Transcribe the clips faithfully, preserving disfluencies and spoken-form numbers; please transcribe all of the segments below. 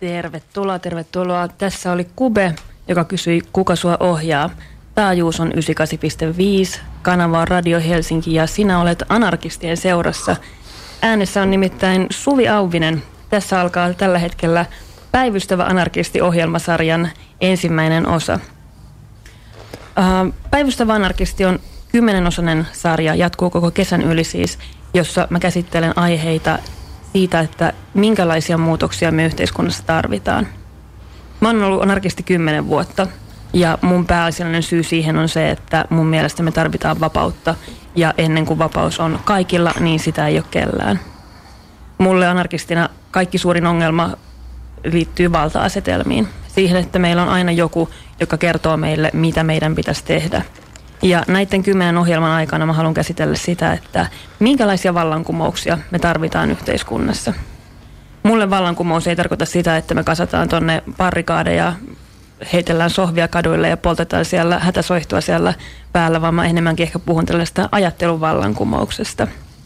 Tervetuloa, tervetuloa. Tässä oli Kube, joka kysyi, kuka sua ohjaa. Taajuus on yhdeksänkymmentäkahdeksan pilkku viisi, kanava on Radio Helsinki ja sinä olet Anarkistien seurassa. Äänessä on nimittäin Suvi Auvinen. Tässä alkaa tällä hetkellä Päivystävä anarkisti-ohjelmasarjan ensimmäinen osa. Päivystävä anarkisti on kymmenenosainen sarja, jatkuu koko kesän yli siis, jossa mä käsittelen aiheita siitä, että minkälaisia muutoksia me yhteiskunnassa tarvitaan. Mä oon ollut anarkisti kymmenen vuotta ja mun pääasiallinen syy siihen on se, että mun mielestä me tarvitaan vapautta ja ennen kuin vapaus on kaikilla, niin sitä ei ole kellään. Mulle anarkistina kaikki suurin ongelma liittyy valta-asetelmiin. Siihen, että meillä on aina joku, joka kertoo meille, mitä meidän pitäisi tehdä. Ja näiden kymmenen ohjelman aikana mä haluan käsitellä sitä, että minkälaisia vallankumouksia me tarvitaan yhteiskunnassa. Mulle vallankumous ei tarkoita sitä, että me kasataan tonne barrikaadeja, heitellään sohvia kaduille ja poltetaan siellä hätäsoihtua siellä päällä, vaan mä enemmänkin ehkä puhun tällaista ajattelun vallankumouksesta.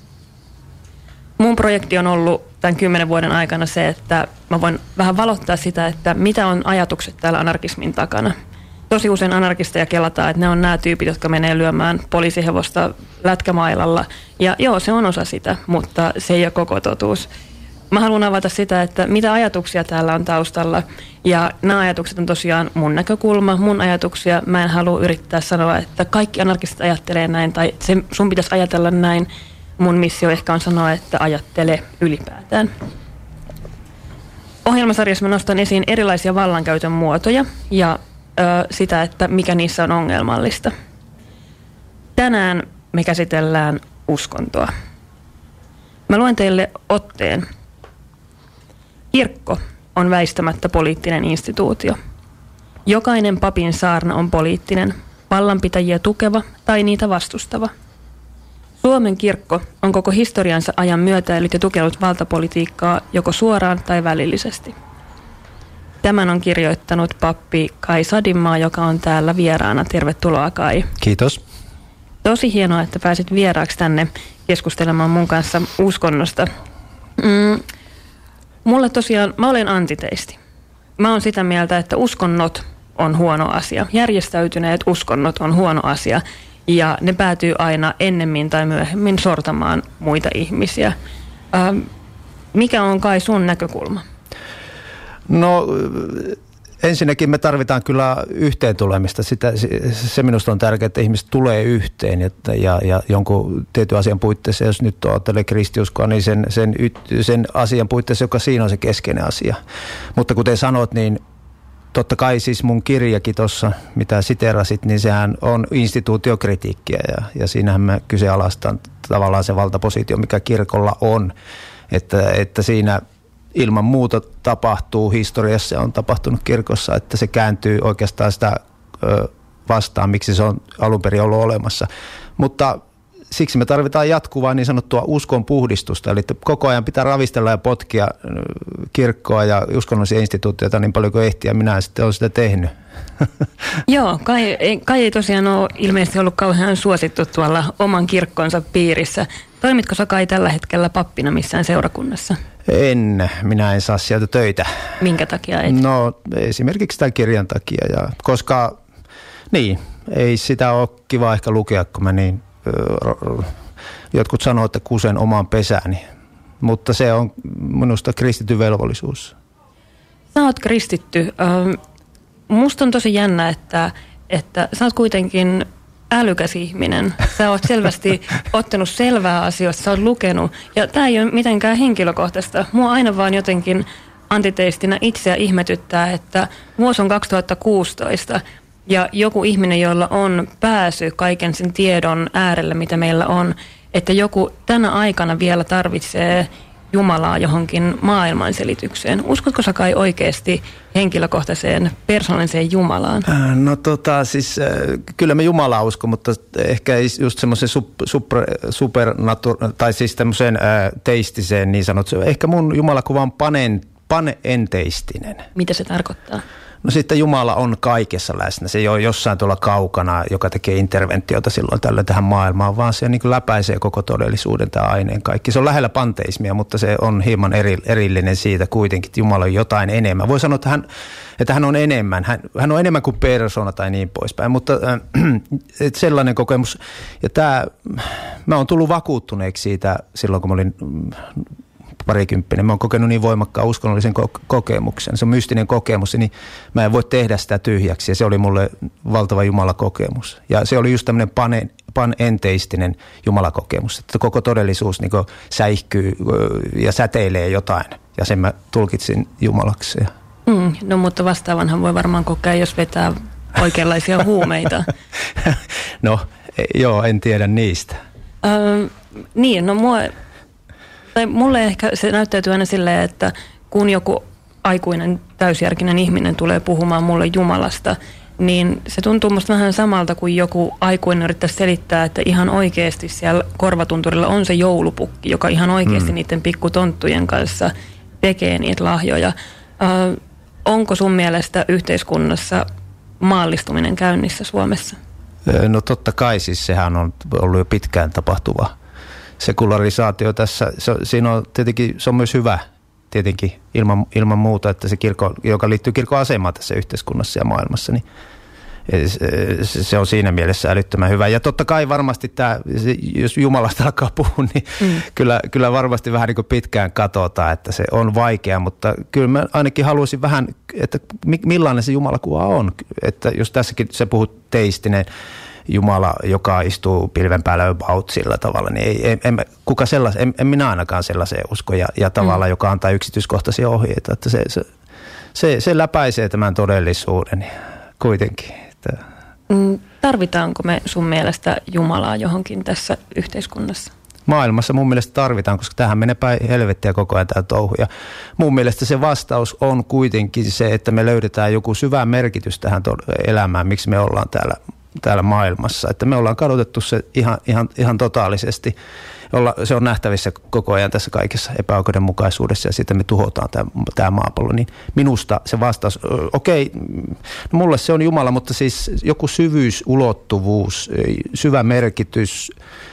Mun projekti on ollut tämän kymmenen vuoden aikana se, että mä voin vähän valottaa sitä, että mitä on ajatukset täällä anarkismin takana. Tosi usein anarkisteja kelataan, että ne on nämä tyypit, jotka menee lyömään poliisihevosta lätkämailalla. Ja joo, se on osa sitä, mutta se ei ole koko totuus. Mä haluan avata sitä, että mitä ajatuksia täällä on taustalla. Ja nämä ajatukset on tosiaan mun näkökulma, mun ajatuksia. Mä en halua yrittää sanoa, että kaikki anarkistit ajattelee näin tai se, sun pitäisi ajatella näin. Mun missio ehkä on sanoa, että ajattele ylipäätään. Ohjelmasarjassa mä nostan esiin erilaisia vallankäytön muotoja ja ö, sitä, että mikä niissä on ongelmallista. Tänään me käsitellään uskontoa. Mä luen teille otteen. Kirkko on väistämättä poliittinen instituutio. Jokainen papin saarna on poliittinen, vallanpitäjiä tukeva tai niitä vastustava. Suomen kirkko on koko historiansa ajan myötäillyt ja tukenut valtapolitiikkaa joko suoraan tai välillisesti. Tämän on kirjoittanut pappi Kai Sadinmaa, joka on täällä vieraana. Tervetuloa, Kai. Kiitos. Tosi hienoa, että pääsit vieraaksi tänne keskustelemaan mun kanssa uskonnosta. Mm, mulle tosiaan, mä olen antiteisti. Mä oon sitä mieltä, että uskonnot on huono asia. Järjestäytyneet uskonnot on huono asia. Ja ne päätyy aina ennemmin tai myöhemmin sortamaan muita ihmisiä. Ähm, mikä on, Kai, sun näkökulma? No ensinnäkin me tarvitaan kyllä yhteen tulemista. Sitä, se minusta on tärkeää, että ihmiset tulee yhteen että, ja, ja jonkun tietyn asian puitteissa. Jos nyt ajattelee kristiuskoa, niin sen, sen, sen asian puitteissa, joka siinä on se keskeinen asia. Mutta kuten sanot, niin totta kai siis mun kirjakin tuossa, mitä siteerasit, niin sehän on instituutiokritiikkiä ja, ja siinähän mä kyseenalaistan tavallaan se valtapositio, mikä kirkolla on, että, että siinä ilman muuta tapahtuu historiassa ja on tapahtunut kirkossa, että se kääntyy oikeastaan sitä ö, vastaan, miksi se on alun perin ollut olemassa, mutta siksi me tarvitaan jatkuvaa niin sanottua uskon puhdistusta, eli koko ajan pitää ravistella ja potkia kirkkoa ja uskonnollisia instituutioita niin paljon kuin ehtiä. Minä sitten olen sitä tehnyt. Joo, Kai, Kai ei tosiaan ole ilmeisesti ollut kauhean suosittu tuolla oman kirkkonsa piirissä. Toimitko sä, Kai, tällä hetkellä pappina missään seurakunnassa? En, minä en saa sieltä töitä. Minkä takia et? No esimerkiksi tämän kirjan takia, ja koska niin, ei sitä ole kiva ehkä lukea, kun mä niin jotkut sanoo, että kusen omaan pesääni, mutta se on minusta kristityn velvollisuus. Sä oot kristitty. Musta on tosi jännä, että, että sä oot kuitenkin älykäs ihminen. Sä oot selvästi ottanut selvää asioista, sä oot lukenut. Ja tää ei ole mitenkään henkilökohtaista. Mua aina vaan jotenkin antiteistina itseä ihmetyttää, että vuosi on kaksituhattakuusitoista ja joku ihminen, jolla on pääsy kaiken sen tiedon äärelle, mitä meillä on, että joku tänä aikana vielä tarvitsee Jumalaa johonkin maailmanselitykseen. Uskotko sä, Kai, oikeasti henkilökohtaiseen persoonalliseen Jumalaan? No tota siis kyllä mä Jumalaa uskon, mutta ehkä just semmoisen super, supernatur, tai siis tämmöiseen teistiseen niin sanottu. Ehkä mun Jumalakuva on panen, panenteistinen. Mitä se tarkoittaa? No sitten Jumala on kaikessa läsnä. Se ei ole jossain tuolla kaukana, joka tekee interventiota silloin tällä tähän maailmaan, vaan se niin kuin läpäisee koko todellisuuden tämä aineen kaikki. Se on lähellä panteismia, mutta se on hieman eri, erillinen siitä kuitenkin, että Jumala on jotain enemmän. Voi sanoa, että hän, että hän on enemmän. Hän, hän on enemmän kuin persona tai niin poispäin, mutta äh, että sellainen kokemus. Ja tämä, mä oon tullut vakuuttuneeksi siitä silloin, kun mä olin parikymppinen. Mä oon kokenut niin voimakkaan uskonnollisen kokemuksen. Se on mystinen kokemus, niin mä en voi tehdä sitä tyhjäksi. Ja se oli mulle valtava Jumalakokemus. Ja se oli just tämmöinen pane, panenteistinen Jumalakokemus. Että koko todellisuus niin kuin säihkyy ja säteilee jotain. Ja sen mä tulkitsin Jumalaksi. Mm, no mutta vastaavanhan voi varmaan kokea, jos vetää oikeanlaisia huumeita. No joo, en tiedä niistä. Öö, niin, no mua... Tai mulle ehkä se näyttäytyy aina silleen, että kun joku aikuinen täysjärkinen ihminen tulee puhumaan mulle Jumalasta, niin se tuntuu musta vähän samalta kuin joku aikuinen yrittää selittää, että ihan oikeasti siellä korvatunturilla on se joulupukki, joka ihan oikeasti mm. niiden pikkutonttujen kanssa tekee niitä lahjoja. Ö, onko sun mielestä yhteiskunnassa maallistuminen käynnissä Suomessa? No totta kai, siis sehän on ollut jo pitkään tapahtuva sekularisaatio tässä. Se, siinä on tietenkin, se on myös hyvä tietenkin ilman, ilman muuta, että se kirkko, joka liittyy kirkon asemaan tässä yhteiskunnassa ja maailmassa, niin se, se on siinä mielessä älyttömän hyvä. Ja totta kai varmasti tämä, jos Jumalasta alkaa puhua, niin mm. kyllä, kyllä varmasti vähän niin kuin pitkään katsotaan, että se on vaikea, mutta kyllä mä ainakin haluaisin vähän, että millainen se Jumalakuva on. Että jos tässäkin sä puhut teistinen Jumala, joka istuu pilven päällä about sillä tavalla, niin ei, en, en, kuka sellais, en, en minä ainakaan sellaiseen usko ja, ja tavalla, mm. joka antaa yksityiskohtaisia ohjeita, että se, se, se, se läpäisee tämän todellisuuden kuitenkin. Että. Tarvitaanko me sun mielestä Jumalaa johonkin tässä yhteiskunnassa? Maailmassa mun mielestä tarvitaan, koska tähän menee päin helvettiä koko ajan tämä touhu. Ja mun mielestä se vastaus on kuitenkin se, että me löydetään joku syvä merkitys tähän elämään, miksi me ollaan täällä täällä maailmassa, että me ollaan kadotettu se ihan, ihan, ihan totaalisesti. Olla, se on nähtävissä koko ajan tässä kaikessa epäoikeudenmukaisuudessa ja sitten me tuhotaan tämä, tämä maapallo. Niin minusta se vastaus, okei, no mulle se on Jumala, mutta siis joku syvyys, ulottuvuus, syvä merkitys,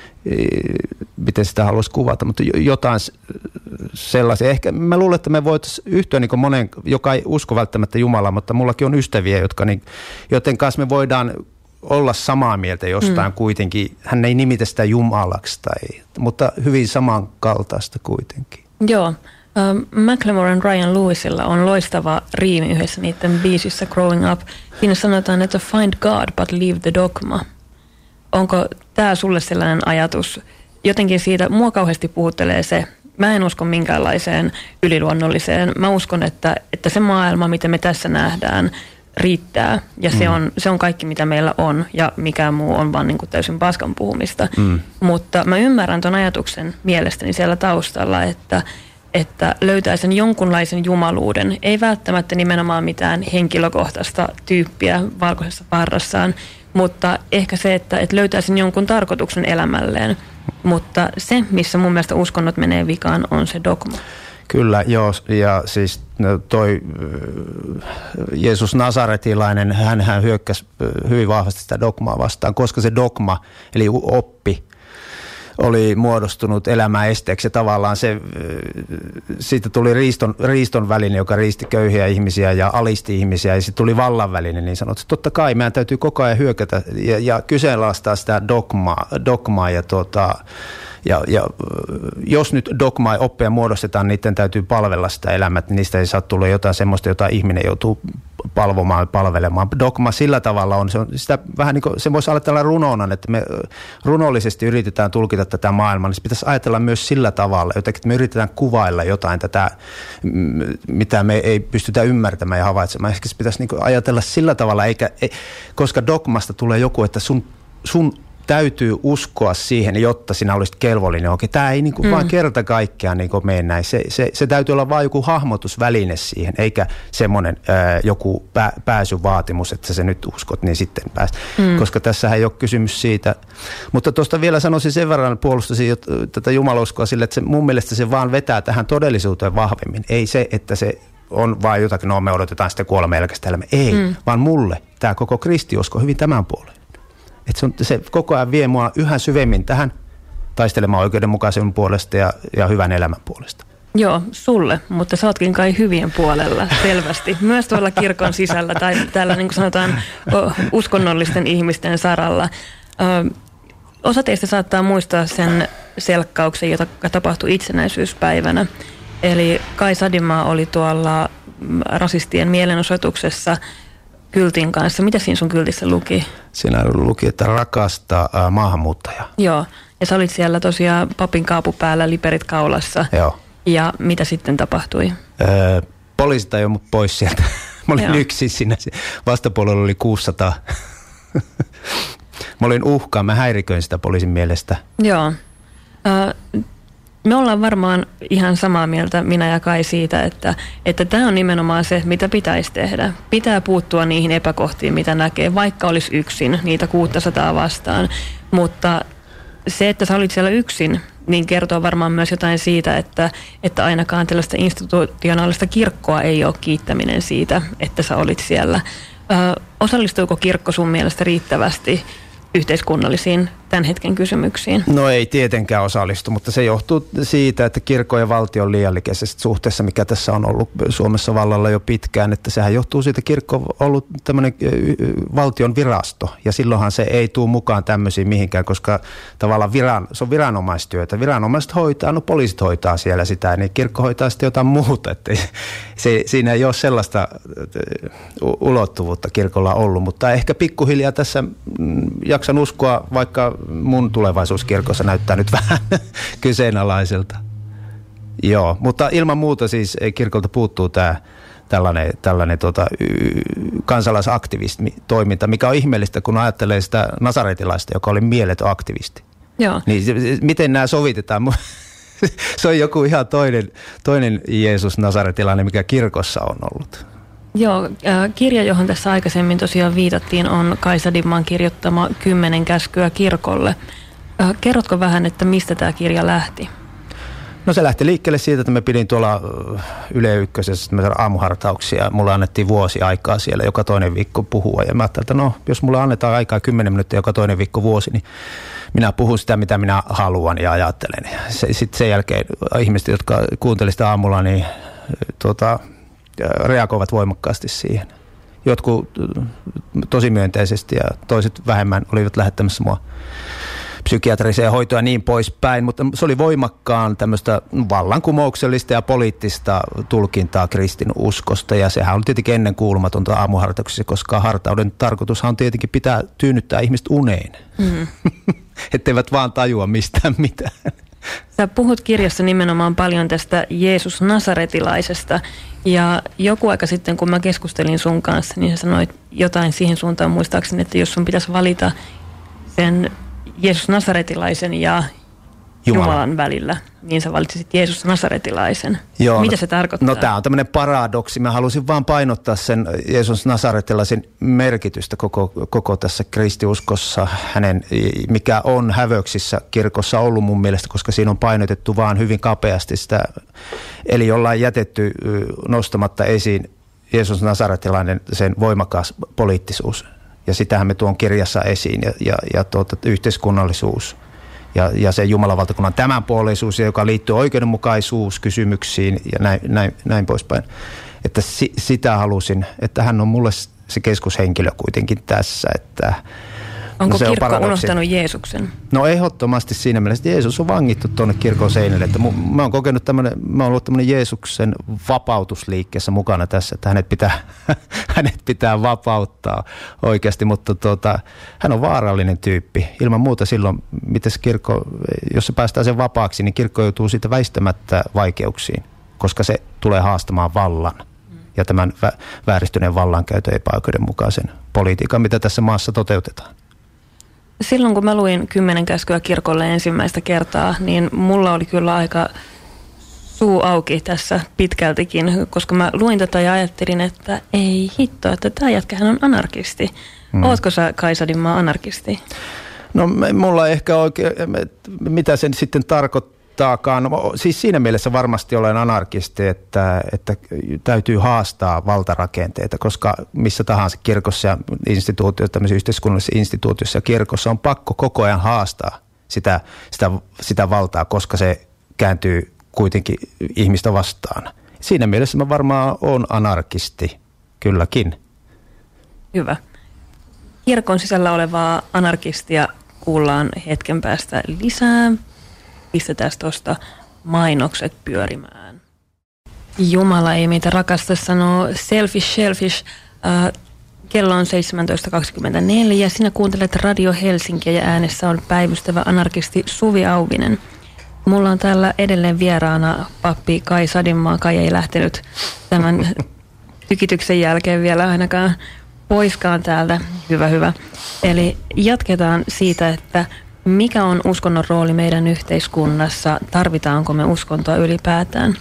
miten sitä haluaisi kuvata, mutta jotain sellaisia. Ehkä mä luulen, että me voitaisiin yhtyä niin kuin monen, joka ei usko välttämättä Jumalaa, mutta mullakin on ystäviä, jotka niin, joten kanssa me voidaan olla samaa mieltä jostain mm. kuitenkin. Hän ei nimitä sitä Jumalaksi, tai, mutta hyvin samankaltaista kuitenkin. Joo. Uh, Macklemore ja Ryan Lewisilla on loistava riimi yhdessä niiden biisissä Growing Up. Siinä sanotaan, että find God but leave the dogma. Onko tämä sulle sellainen ajatus? Jotenkin siitä mua kauheasti puhuttelee se. Mä en usko minkäänlaiseen yliluonnolliseen. Mä uskon, että, että se maailma, mitä me tässä nähdään, riittää. Ja mm. se, on, se on kaikki, mitä meillä on. Ja mikään muu on vaan niin kuin täysin paskan puhumista. Mm. Mutta mä ymmärrän ton ajatuksen mielestäni siellä taustalla, että, että löytää sen jonkunlaisen jumaluuden. Ei välttämättä nimenomaan mitään henkilökohtaista tyyppiä valkoisessa parrassaan, mutta ehkä se, että, että löytää sen jonkun tarkoituksen elämälleen. Mutta se, missä mun mielestä uskonnot menee vikaan, on se dogma. Kyllä, joo. Ja siis toi Jeesus Nasaretilainen, hän, hän hyökkäsi hyvin vahvasti sitä dogmaa vastaan, koska se dogma, eli oppi, oli muodostunut elämään esteeksi ja tavallaan se, siitä tuli riiston, riiston väline, joka riisti köyhiä ihmisiä ja alisti ihmisiä ja sitten tuli vallan väline niin sanottu. Totta kai meidän täytyy koko ajan hyökätä ja, ja kyseenalaistaa sitä dogmaa, dogmaa ja tuota, Ja, ja jos nyt dogma ja oppeja muodostetaan, niiden täytyy palvella sitä elämää, niin niistä ei saa tulla jotain semmoista, jota ihminen joutuu palvomaan ja palvelemaan. Dogma sillä tavalla on, se, on sitä vähän niin kuin, se voisi ajatella runona, että me runollisesti yritetään tulkita tätä maailmaa, niin se pitäisi ajatella myös sillä tavalla, jotenkin, että me yritetään kuvailla jotain tätä, mitä me ei pystytä ymmärtämään ja havaitsemaan. Ehkä se pitäisi niin kuin ajatella sillä tavalla, eikä, ei, koska dogmasta tulee joku, että sun, sun täytyy uskoa siihen, jotta sinä olisit kelvollinen. Okei, tämä ei niin kuin mm. vaan kerta kaikkiaan niin kuin mene näin. Se, se, se täytyy olla vain joku hahmotusväline siihen, eikä semmoinen ää, joku pää, pääsyvaatimus, että sä nyt uskot, niin sitten pääst. Mm. Koska tässä ei ole kysymys siitä. Mutta tuosta vielä sanoisin sen verran, puolustasin tätä jumaluskoa sille, että se, mun mielestä se vaan vetää tähän todellisuuteen vahvemmin. Ei se, että se on vain jotakin, no me odotetaan sitten kuolema jälkeistä elämää. Ei, mm. vaan mulle tämä koko kristiusko on hyvin tämän puolen. Että se, on, se koko ajan vie mua yhä syvemmin tähän taistelemaan oikeudenmukaisen puolesta ja, ja hyvän elämän puolesta. Joo, sulle, mutta sä ootkin kai hyvien puolella selvästi. Myös tuolla kirkon sisällä tai täällä niin kuin sanotaan uskonnollisten ihmisten saralla. Ö, osa teistä saattaa muistaa sen selkkauksen, jota tapahtui itsenäisyyspäivänä. Eli Kai Sadimaa oli tuolla rasistien mielenosoituksessa kyltin kanssa. Mitä siinä sun kyltissä luki? Siinä luki, että rakasta äh, maahanmuuttajaa. Joo, ja sä olit siellä tosiaan papin kaapu päällä, liperit kaulassa. Joo. Ja mitä sitten tapahtui? Öö, poliisit ajoi mut pois sieltä. Mä olin Joo. yksin siinä. Vastapuolella oli kuusisataa. Mä olin uhkaa, mä häiriköin sitä poliisin mielestä. Joo. Ö, me ollaan varmaan ihan samaa mieltä, minä ja Kai, siitä, että että tämä on nimenomaan se, mitä pitäisi tehdä. Pitää puuttua niihin epäkohtiin, mitä näkee, vaikka olisi yksin niitä kuusisataa vastaan. Mutta se, että sä olit siellä yksin, niin kertoo varmaan myös jotain siitä, että, että ainakaan tällaista institutionaalista kirkkoa ei ole kiittäminen siitä, että sä olit siellä. Ö, osallistuuko kirkko sun mielestä riittävästi yhteiskunnallisiin tämän hetken kysymyksiin? No ei tietenkään osallistu, mutta se johtuu siitä, että kirkko ja valtio on liiallisessa suhteessa, mikä tässä on ollut Suomessa vallalla jo pitkään, että sehän johtuu siitä, että kirkko on ollut tämmöinen valtion virasto, ja silloinhan se ei tule mukaan tämmöisiin mihinkään, koska tavallaan viran, se on viranomaistyötä. Viranomaiset hoitaa, no poliisit hoitaa siellä sitä, niin kirkko hoitaa sitten jotain muuta, että se, siinä ei ole sellaista ulottuvuutta kirkolla ollut, mutta ehkä pikkuhiljaa tässä jaksan uskoa, vaikka mun tulevaisuus kirkossa näyttää nyt vähän kyseenalaiselta. Joo, mutta ilman muuta siis kirkolta puuttuu tämä tällainen, tällainen tota, kansalaisaktivismi-toiminta, mikä on ihmeellistä, kun ajattelee sitä nasaretilaista, joka oli mieletön aktivisti. Joo. Niin miten nämä sovitetaan? Se on joku ihan toinen, toinen Jeesus nasaretilainen, mikä kirkossa on ollut. Joo, kirja, johon tässä aikaisemmin tosiaan viitattiin, on Kai Sadimaan kirjoittama Kymmenen käskyä kirkolle. Kerrotko vähän, että mistä tämä kirja lähti? No se lähti liikkeelle siitä, että me pidin tuolla Yle Ykkösessä aamuhartauksia. Mulle annettiin vuosi aikaa siellä joka toinen viikko puhua. Ja mä ajattelin, että no, jos mulle annetaan aikaa kymmenen minuuttia joka toinen viikko vuosi, niin minä puhun sitä, mitä minä haluan ja ajattelen. Sitten sen jälkeen ihmiset, jotka kuuntelivat sitä aamulla, niin tuota... reagoivat voimakkaasti siihen. Jotkut tosi myönteisesti ja toiset vähemmän olivat lähettämässä mua psykiatriseen hoitoa ja niin poispäin, mutta se oli voimakkaan tämmöistä vallankumouksellista ja poliittista tulkintaa kristinuskosta, ja sehän on tietenkin ennen kuulumatonta aamuhartauksessa, koska hartauden tarkoitushan on tietenkin pitää tyynnyttää ihmiset uneen, mm. etteivät vaan tajua mistään mitään. Sä puhut kirjassa nimenomaan paljon tästä Jeesus Nasaretilaisesta, ja joku aika sitten, kun mä keskustelin sun kanssa, niin sä sanoit jotain siihen suuntaan muistaakseni, että jos sun pitäisi valita sen Jeesus Nasaretilaisen ja Jumala. Jumalan välillä, niin sä valitsisit Jeesus Nasaretilaisen. Joo, mitä no, se tarkoittaa? No tämä on tämmöinen paradoksi. Mä halusin vaan painottaa sen Jeesus Nasaretilaisen merkitystä koko, koko tässä kristiuskossa, hänen, mikä on hävöksissä kirkossa ollut mun mielestä, koska siinä on painotettu vaan hyvin kapeasti sitä, eli ollaan jätetty nostamatta esiin Jeesus Nasaretilainen, sen voimakas poliittisuus. Ja sitähän me tuon kirjassa esiin, ja, ja, ja tuota, yhteiskunnallisuus. Ja, ja se Jumalan valtakunnan tämänpuoleisuus, joka liittyy oikeudenmukaisuuskysymyksiin ja näin, näin, näin poispäin. Että si, sitä halusin, että hän on mulle se keskushenkilö kuitenkin tässä. Että Onko no kirkko on unohtanut Jeesuksen? No ehdottomasti siinä mielessä, että Jeesus on vangittu tuonne kirkon seinille. Että mä oon kokenut tämmönen, mä oon ollut tämmöinen Jeesuksen vapautusliikkeessä mukana tässä, että hänet pitää, hänet pitää vapauttaa oikeasti, mutta tuota, hän on vaarallinen tyyppi. Ilman muuta silloin, miten kirkko, jos se päästään sen vapaaksi, niin kirkko joutuu siitä väistämättä vaikeuksiin, koska se tulee haastamaan vallan. Ja tämän vääristyneen vallankäytön epäoikeudenmukaisen politiikan, mitä tässä maassa toteutetaan. Silloin kun mä luin Kymmenen käskyä kirkolle ensimmäistä kertaa, niin mulla oli kyllä aika suu auki tässä pitkältikin, koska mä luin tätä ja ajattelin, että ei hitto, että tämä jätkähän on anarkisti. Mm. Ootko sä, Kai Sadimaa, anarkisti? No mulla ehkä oikein, mitä sen sitten tarkoittaa. koettaakaan, siis siinä mielessä varmasti olen anarkisti, että, että täytyy haastaa valtarakenteita, koska missä tahansa kirkossa ja instituutioissa, tämmöisissä yhteiskunnallisissa instituutioissa ja kirkossa on pakko koko ajan haastaa sitä, sitä, sitä valtaa, koska se kääntyy kuitenkin ihmistä vastaan. Siinä mielessä mä varmaan olen anarkisti, kylläkin. Hyvä. Kirkon sisällä olevaa anarkistia kuullaan hetken päästä lisää. Pistetään tuosta mainokset pyörimään. Jumala ei meitä rakasta, sanoo Selfish Shellfish. Äh, kello on seitsemäntoista kaksikymmentäneljä. Sinä kuuntelet Radio Helsinkiä ja äänessä on päivystävä anarkisti Suvi Auvinen. Mulla on täällä edelleen vieraana pappi Kai Sadinmaa. Kai ei lähtenyt tämän tykityksen jälkeen vielä ainakaan poiskaan täältä. Hyvä, hyvä. Eli jatketaan siitä, että mikä on uskonnon rooli meidän yhteiskunnassa? Tarvitaanko me uskontoa ylipäätään?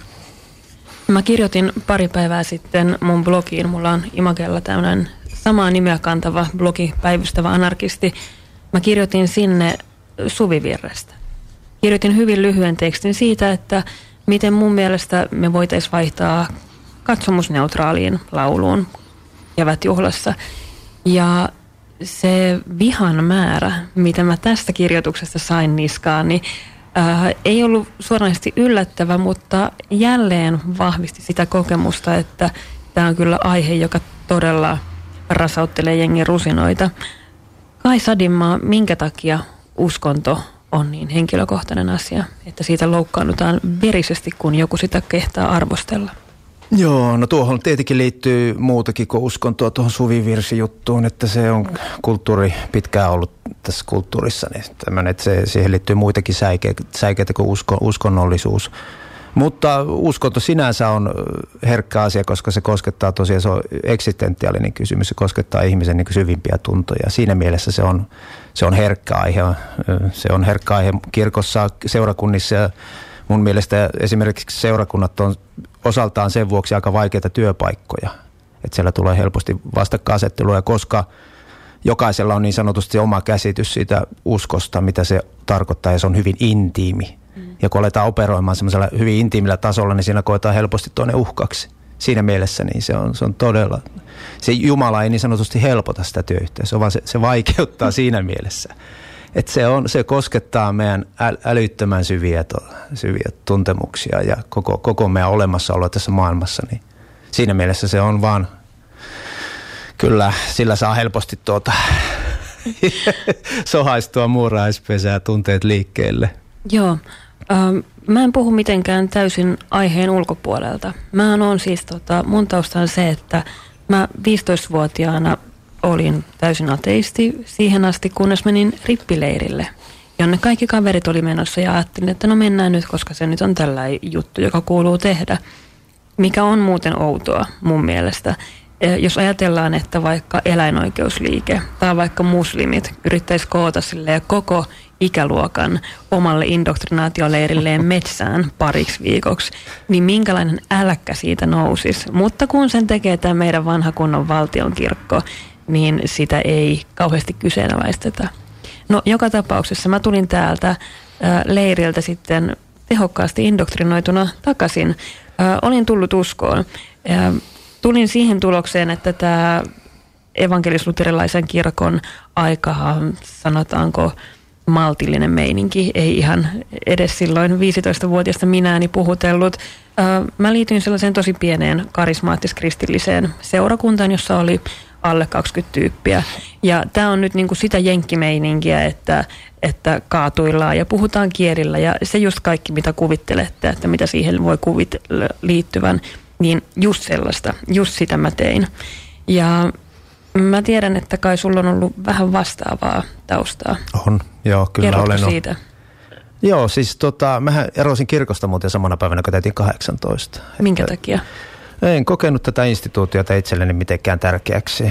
Mä kirjoitin pari päivää sitten mun blogiin. Mulla on Imagella tämmöinen samaa nimeä kantava blogi, Päivystävä anarkisti. Mä kirjoitin sinne Suvivirrestä. Kirjoitin hyvin lyhyen tekstin siitä, että miten mun mielestä me voitaisiin vaihtaa katsomusneutraaliin lauluun kevätjuhlassa. Ja se vihan määrä, mitä mä tästä kirjoituksesta sain niskaan, niin ää, ei ollut suoranaisesti yllättävä, mutta jälleen vahvisti sitä kokemusta, että tämä on kyllä aihe, joka todella rasauttelee jengin rusinoita. Kai Sadinmaa, minkä takia uskonto on niin henkilökohtainen asia, että siitä loukkaannutaan verisesti, kun joku sitä kehtaa arvostella? Joo, no tuohon tietenkin liittyy muutakin kuin uskontoa tuohon suvivirsijuttuun, että se on kulttuuri pitkään ollut tässä kulttuurissa, niin tämmöinen, että se, siihen liittyy muitakin säikeitä, säikeitä kuin usko, uskonnollisuus. Mutta uskonto sinänsä on herkkä asia, koska se koskettaa tosiaan, se on eksistentiaalinen kysymys, se koskettaa ihmisen niin kuin syvimpiä tuntoja. Siinä mielessä se on, se on herkkä aihe, se on herkkä aihe kirkossa, seurakunnissa ja mun mielestä esimerkiksi seurakunnat on osaltaan sen vuoksi aika vaikeita työpaikkoja, että siellä tulee helposti vastakkainasettelua, koska jokaisella on niin sanotusti oma käsitys siitä uskosta, mitä se tarkoittaa, ja se on hyvin intiimi. Mm. Ja kun aletaan operoimaan semmoisella hyvin intiimillä tasolla, niin siinä koetaan helposti tuonne uhkaksi. Siinä mielessä niin se on, se on todella, se Jumala ei niin sanotusti helpota sitä työyhteisöä, vaan se, se vaikeuttaa siinä mielessä. Että se, on, se koskettaa meidän älyttömän syviä, to, syviä tuntemuksia ja koko, koko meidän olemassaoloa tässä maailmassa. Niin siinä mielessä se on vaan, kyllä sillä saa helposti tuota sohaistua muurahaispesää tunteet liikkeelle. Joo, ähm, mä en puhu mitenkään täysin aiheen ulkopuolelta. Mä oon siis, tota, mun tausta on se, että mä viisitoistavuotiaana olin täysin ateisti siihen asti, kunnes menin rippileirille, jonne kaikki kaverit oli menossa ja ajattelin, että no mennään nyt, koska se nyt on tällainen juttu, joka kuuluu tehdä. Mikä on muuten outoa mun mielestä. Jos ajatellaan, että vaikka eläinoikeusliike tai vaikka muslimit yrittäisi koota silleen koko ikäluokan omalle indoktrinaatioleirilleen metsään pariksi viikoksi, niin minkälainen äläkkä siitä nousisi. Mutta kun sen tekee tämä meidän vanha kunnon valtionkirkko, niin sitä ei kauheasti kyseenalaisteta. No joka tapauksessa mä tulin täältä ä, leiriltä sitten tehokkaasti indoktrinoituna takaisin. Ä, olin tullut uskoon. Ä, tulin siihen tulokseen, että tämä evankelis-luterilaisen kirkon aika, sanotaanko maltillinen meininki, ei ihan edes silloin viisitoistavuotiaasta minääni puhutellut. Ä, mä liityin sellaiseen tosi pieneen karismaattis-kristilliseen seurakuntaan, jossa oli alle kaksikymmentä tyyppiä. Ja tämä on nyt niinku sitä jenkkimeininkiä, että, että kaatuillaan ja puhutaan kielillä. Ja se just kaikki, mitä kuvittelette, että mitä siihen voi kuvitella liittyvän, niin just sellaista, just sitä mä tein. Ja mä tiedän, että kai sulla on ollut vähän vastaavaa taustaa. On, joo, kyllä Kerrotko olen. siitä? Joo, siis tota, mähän erosin kirkosta muuten samana päivänä, kun täytin kahdeksantoista. Minkä että takia? En kokenut tätä instituutiota itselleni mitenkään tärkeäksi.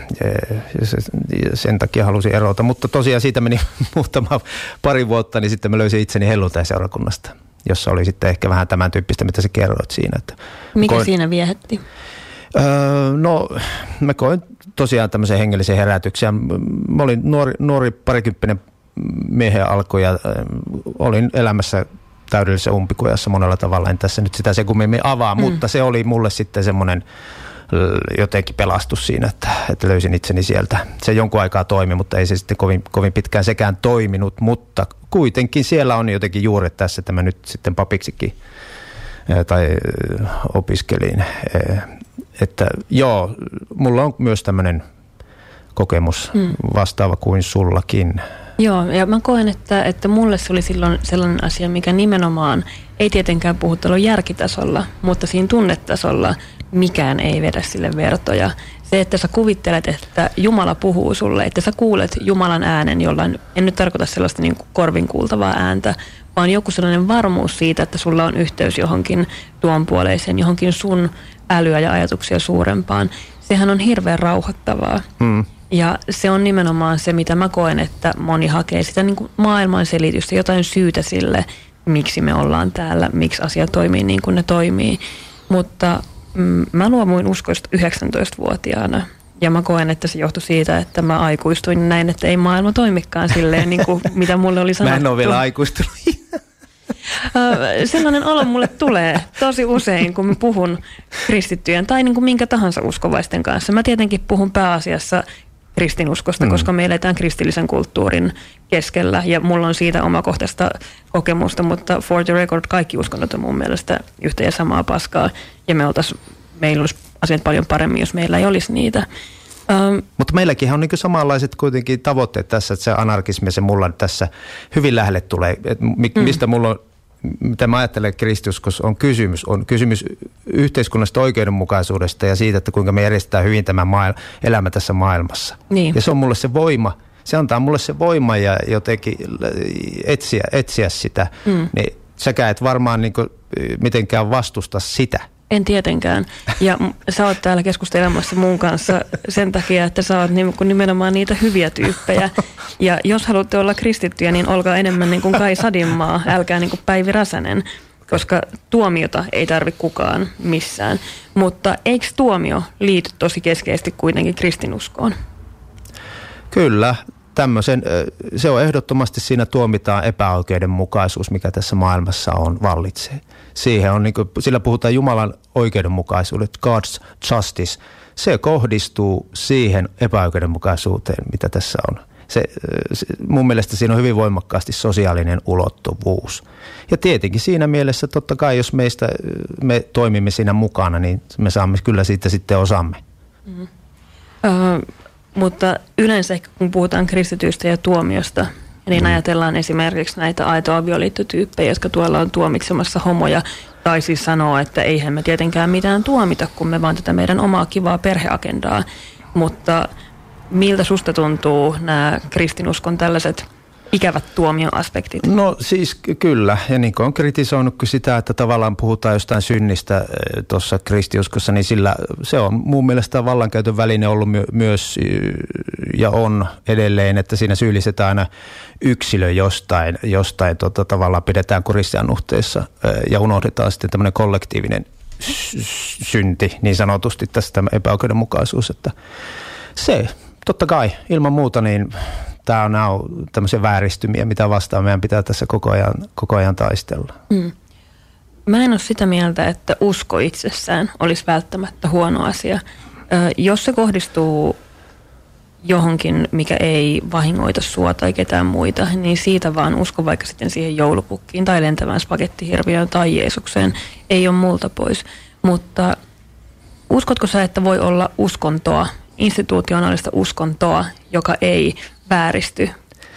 Sen takia halusin erota, mutta tosiaan siitä meni muutama pari vuotta, niin sitten mä löysin itseni helluntai-seurakunnasta, jossa oli sitten ehkä vähän tämän tyyppistä, mitä sä kerroit siinä. Että Mikä koin, siinä viehätti? Öö, no, mä koin tosiaan tämmöisen hengellisen herätyksen. Mä olin nuori, nuori parikymppinen miehen alku ja olin elämässä täydellisessä umpikujassa monella tavalla. En tässä nyt sitä se kummemmin avaa, mm. mutta se oli mulle sitten semmoinen jotenkin pelastus siinä, että, että löysin itseni sieltä. Se jonkun aikaa toimi, mutta ei se sitten kovin, kovin pitkään sekään toiminut, mutta kuitenkin siellä on jotenkin juuret tässä, että mä nyt sitten papiksikin tai opiskelin. Että joo, mulla on myös tämmöinen kokemus mm. vastaava kuin sullakin. Joo, ja mä koen, että, että mulle se oli silloin sellainen asia, mikä nimenomaan ei tietenkään puhuttelu järkitasolla, mutta siinä tunnetasolla mikään ei vedä sille vertoja. Se, että sä kuvittelet, että Jumala puhuu sulle, että sä kuulet Jumalan äänen jollain, en nyt tarkoita sellaista niin kuin korvin kuultavaa ääntä, vaan joku sellainen varmuus siitä, että sulla on yhteys johonkin tuonpuoleiseen, johonkin sun älyä ja ajatuksia suurempaan. Sehän on hirveän rauhoittavaa. Mm. Ja se on nimenomaan se, mitä mä koen, että moni hakee sitä niin kuin maailman selitystä, jotain syytä sille, miksi me ollaan täällä, miksi asia toimii niin kuin ne toimii. Mutta mm, mä luovuin uskoista yhdeksäntoistavuotiaana ja mä koen, että se johtui siitä, että mä aikuistuin näin, että ei maailma toimikaan silleen, niin kuin mitä mulle oli sanottu. Mä en ole vielä aikuistunut. Sellainen olo mulle tulee tosi usein, kun mä puhun kristittyjen tai niin kuin minkä tahansa uskovaisten kanssa. Mä tietenkin puhun pääasiassa kristinuskosta, mm. koska me eletään kristillisen kulttuurin keskellä ja mulla on siitä omakohtaista kokemusta, mutta for the record kaikki uskonnot on mun mielestä yhtä ja samaa paskaa ja me oltais, meillä olisi asiat paljon paremmin, jos meillä ei olisi niitä. Um, Mutta meilläkin on niin samanlaiset kuitenkin tavoitteet tässä, että se anarkismi ja se mulla tässä hyvin lähelle tulee. Et mistä mm. mulla on, mitä mä ajattelen kristiuskossa on kysymys, on kysymys yhteiskunnasta oikeudenmukaisuudesta ja siitä, että kuinka me järjestetään hyvin tämä maailma, elämä tässä maailmassa. Niin. Ja se on mulle se voima, se antaa mulle se voima ja jotenkin etsiä, etsiä sitä. Mm. Niin säkään et varmaan niin kuin mitenkään vastusta sitä. En tietenkään. Ja sä oot täällä keskustelemassa mun kanssa sen takia, että sä oot nimenomaan niitä hyviä tyyppejä. Ja jos haluatte olla kristittyjä, niin olkaa enemmän niin kuin Kai Sadinmaa, älkää niin kuin Päivi Räsänen, koska tuomiota ei tarvitse kukaan missään. Mutta eikö tuomio liity tosi keskeisesti kuitenkin kristinuskoon? Kyllä. Tämmöisen, se on ehdottomasti siinä tuomitaan epäoikeudenmukaisuus, mikä tässä maailmassa on, vallitsee. Siihen on, niin kuin, sillä puhutaan Jumalan oikeudenmukaisuudet, God's justice. Se kohdistuu siihen epäoikeudenmukaisuuteen, mitä tässä on. Se, se, mun mielestä siinä on hyvin voimakkaasti sosiaalinen ulottuvuus. Ja tietenkin siinä mielessä totta kai, jos meistä, me toimimme siinä mukana, niin me saamme kyllä siitä sitten osamme. Mm. Uh. Mutta yleensä kun puhutaan kristityistä ja tuomiosta, niin mm. ajatellaan esimerkiksi näitä aito-avioliittotyyppejä, jotka tuolla on tuomitsemassa homoja, tai siis sanoo, että eihän me tietenkään mitään tuomita, kun me vaan tätä meidän omaa kivaa perheagendaa. Mutta miltä susta tuntuu nämä kristinuskon tällaiset ikävät tuomioaspektit? No siis kyllä, ja niin kuin on kritisoinut sitä, että tavallaan puhutaan jostain synnistä tuossa kristiuskossa, niin sillä se on mun mielestä vallankäytön väline ollut my- myös ja on edelleen, että siinä syyllistetään aina yksilö jostain, jostain tota, tavallaan pidetään kurissa nuhteessa ja unohdetaan sitten tämmöinen kollektiivinen synti, niin sanotusti tästä epäoikeudenmukaisuus, että se totta kai ilman muuta niin tämä on, nämä on tämmöisiä vääristymiä, mitä vastaan meidän pitää tässä koko ajan, koko ajan taistella. Mm. Mä en ole sitä mieltä, että usko itsessään olisi välttämättä huono asia. Ö, jos se kohdistuu johonkin, mikä ei vahingoita sua tai ketään muita, niin siitä vaan usko vaikka sitten siihen joulupukkiin tai lentävään spagettihirviöön tai Jeesukseen. Ei ole multa pois. Mutta uskotko sä, että voi olla uskontoa, institutionaalista uskontoa, joka ei vääristy?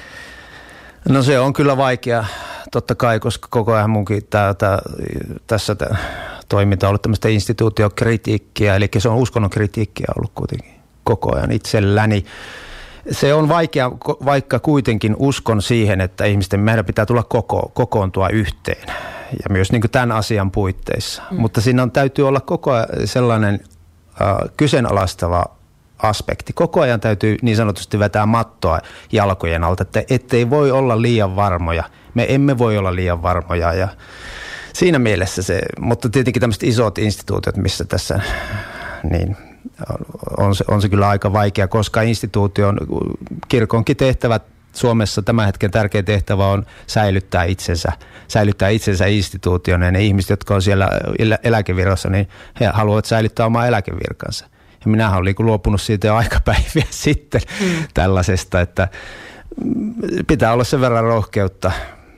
No se on kyllä vaikea, totta kai, koska koko ajan munkin tää, tää, tässä tää toiminta on ollut tämmöistä instituutiokritiikkiä, eli se on uskonnon kritiikkiä ollut kuitenkin koko ajan itselläni. Se on vaikea, vaikka kuitenkin uskon siihen, että ihmisten meidän pitää tulla koko, kokoontua yhteen ja myös niin kuin tämän asian puitteissa. Mm. Mutta siinä on, täytyy olla koko ajan sellainen äh, kyseenalaistava aspekti. Koko ajan täytyy niin sanotusti vetää mattoa jalkojen alta, että ettei voi olla liian varmoja. Me emme voi olla liian varmoja ja siinä mielessä se, mutta tietenkin tämmöiset isot instituutiot, missä tässä niin on se, on se kyllä aika vaikea, koska instituution, kirkonkin tehtävät Suomessa tämän hetken tärkeä tehtävä on säilyttää itsensä, säilyttää itsensä instituutiona. Ja ne ihmiset, jotka on siellä eläkevirassa, niin he haluavat säilyttää omaa eläkevirkansa. Ja minähän olin luopunut siitä jo aikapäiviä sitten mm. tällaisesta, että pitää olla sen verran rohkeutta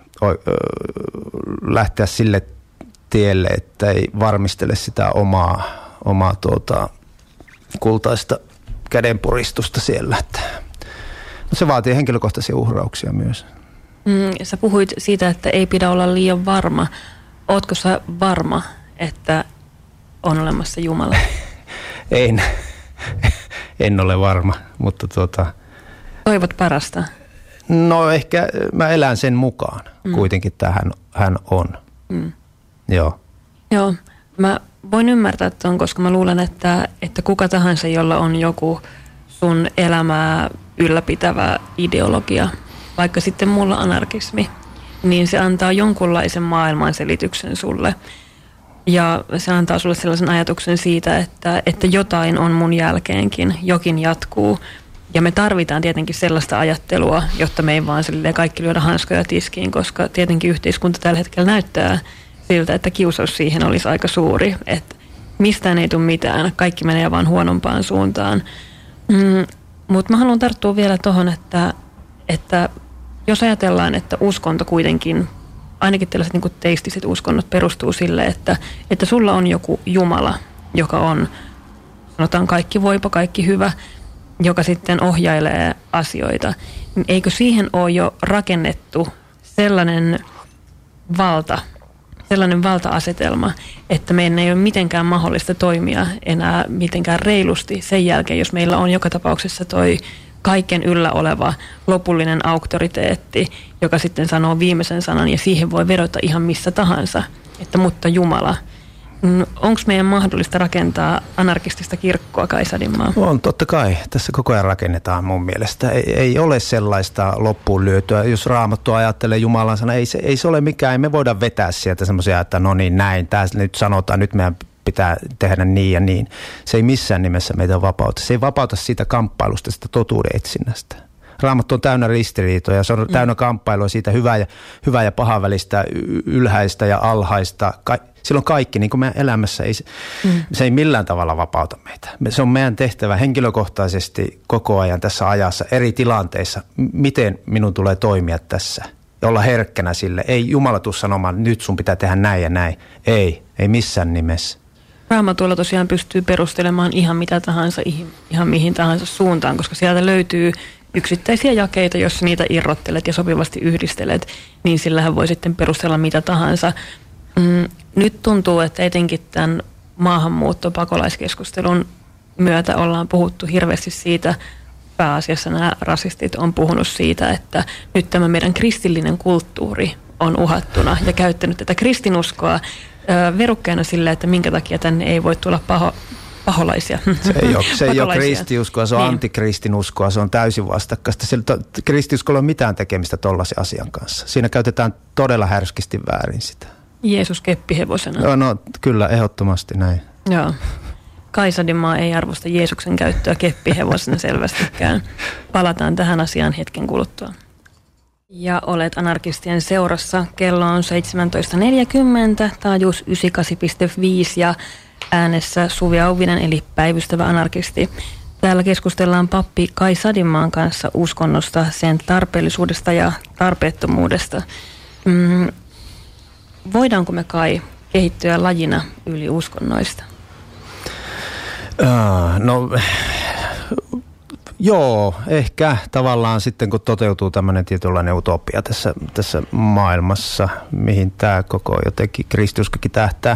lähteä sille tielle, että ei varmistele sitä omaa, omaa tuota, kultaista kädenpuristusta siellä. Että no se vaatii henkilökohtaisia uhrauksia myös. Mm, sä puhuit siitä, että ei pidä olla liian varma. Ootko sä varma, että on olemassa Jumala? en. en ole varma, mutta tuota... Toivot parasta? No ehkä mä elän sen mukaan mm. kuitenkin, että hän, hän on. Mm. Joo. Joo, mä voin ymmärtää tuon, koska mä luulen, että, että kuka tahansa, jolla on joku sun elämää ylläpitävä ideologia, vaikka sitten mulla anarkismi, niin se antaa jonkunlaisen maailmanselityksen sulle. Ja se antaa sulle sellaisen ajatuksen siitä, että, että jotain on mun jälkeenkin, jokin jatkuu. Ja me tarvitaan tietenkin sellaista ajattelua, jotta me ei vaan kaikki lyödä hanskoja tiskiin, koska tietenkin yhteiskunta tällä hetkellä näyttää siltä, että kiusaus siihen olisi aika suuri. Että mistään ei tule mitään, kaikki menee vaan huonompaan suuntaan. Mm, mutta mä haluan tarttua vielä tuohon, että, että jos ajatellaan, että uskonto kuitenkin, ainakin tällaiset niin kuin teistiset uskonnot perustuu sille, että, että sulla on joku Jumala, joka on, sanotaan kaikki voipa, kaikki hyvä, joka sitten ohjailee asioita, niin eikö siihen ole jo rakennettu sellainen valta, sellainen valta-asetelma, että meidän ei ole mitenkään mahdollista toimia enää mitenkään reilusti sen jälkeen, jos meillä on joka tapauksessa toi kaiken yllä oleva lopullinen auktoriteetti, joka sitten sanoo viimeisen sanan ja siihen voi vedota ihan missä tahansa, että mutta Jumala. Onko meidän mahdollista rakentaa anarkistista kirkkoa, Kai Sadinmaa? On, totta kai. Tässä koko ajan rakennetaan mun mielestä. Ei, ei ole sellaista loppuun lyötyä. Jos Raamattu ajattelee Jumalan sana, ei se, ei se ole mikään. Ei me voida vetää sieltä semmoisia, että no niin näin, tässä nyt sanotaan, nyt meidän pitää tehdä niin ja niin. Se ei missään nimessä meitä vapauta. Se ei vapauta siitä kamppailusta, sitä totuuden etsinnästä. Raamattu on täynnä ristiriitoja, se on mm. täynnä kamppailua siitä hyvää ja, hyvää ja pahan välistä, ylhäistä ja alhaista. Ka- silloin kaikki, niin kuin meidän elämässä, ei, mm. se ei millään tavalla vapauta meitä. Se on meidän tehtävä henkilökohtaisesti koko ajan tässä ajassa, eri tilanteissa, miten minun tulee toimia tässä ja olla herkkänä sille. Ei Jumala tule sanomaan, että nyt sun pitää tehdä näin ja näin. Ei, ei missään nimessä. Raamatulla tosiaan pystyy perustelemaan ihan mitä tahansa, ihan mihin tahansa suuntaan, koska sieltä löytyy yksittäisiä jakeita, jos niitä irrottelet ja sopivasti yhdistelet, niin sillähän voi sitten perustella mitä tahansa. Mm, nyt tuntuu, että etenkin tämän maahanmuutto-pakolaiskeskustelun myötä ollaan puhuttu hirveästi siitä, pääasiassa nämä rasistit on puhunut siitä, että nyt tämä meidän kristillinen kulttuuri on uhattuna ja käyttänyt tätä kristinuskoa ö, verukkeena sille, että minkä takia tänne ei voi tulla paho, paholaisia. Se ei ole, se ei ole kristiuskoa, se on niin. Antikristinuskoa, se on täysin vastakkaista. Kristiuskolla ei ole mitään tekemistä tollaisen asian kanssa. Siinä käytetään todella härskisti väärin sitä. Jeesus keppihevosena. No, no kyllä, ehdottomasti näin. Joo. Kai Sadinmaa ei arvosta Jeesuksen käyttöä keppihevosena selvästikään. Palataan tähän asiaan hetken kuluttua. Ja olet anarkistien seurassa. Kello on seitsemäntoista neljäkymmentä, taajuus yhdeksänkymmentäkahdeksan pilkku viisi ja äänessä Suvi Auvinen eli päivystävä anarkisti. Täällä keskustellaan pappi Kai Sadinmaan kanssa uskonnosta, sen tarpeellisuudesta ja tarpeettomuudesta. Mm, voidaanko me Kai kehittyä lajina yli uskonnoista? Uh, no joo, ehkä tavallaan sitten kun toteutuu tämmöinen tietynlainen utopia tässä, tässä maailmassa, mihin tämä koko jotenkin kristiuskokin tähtää,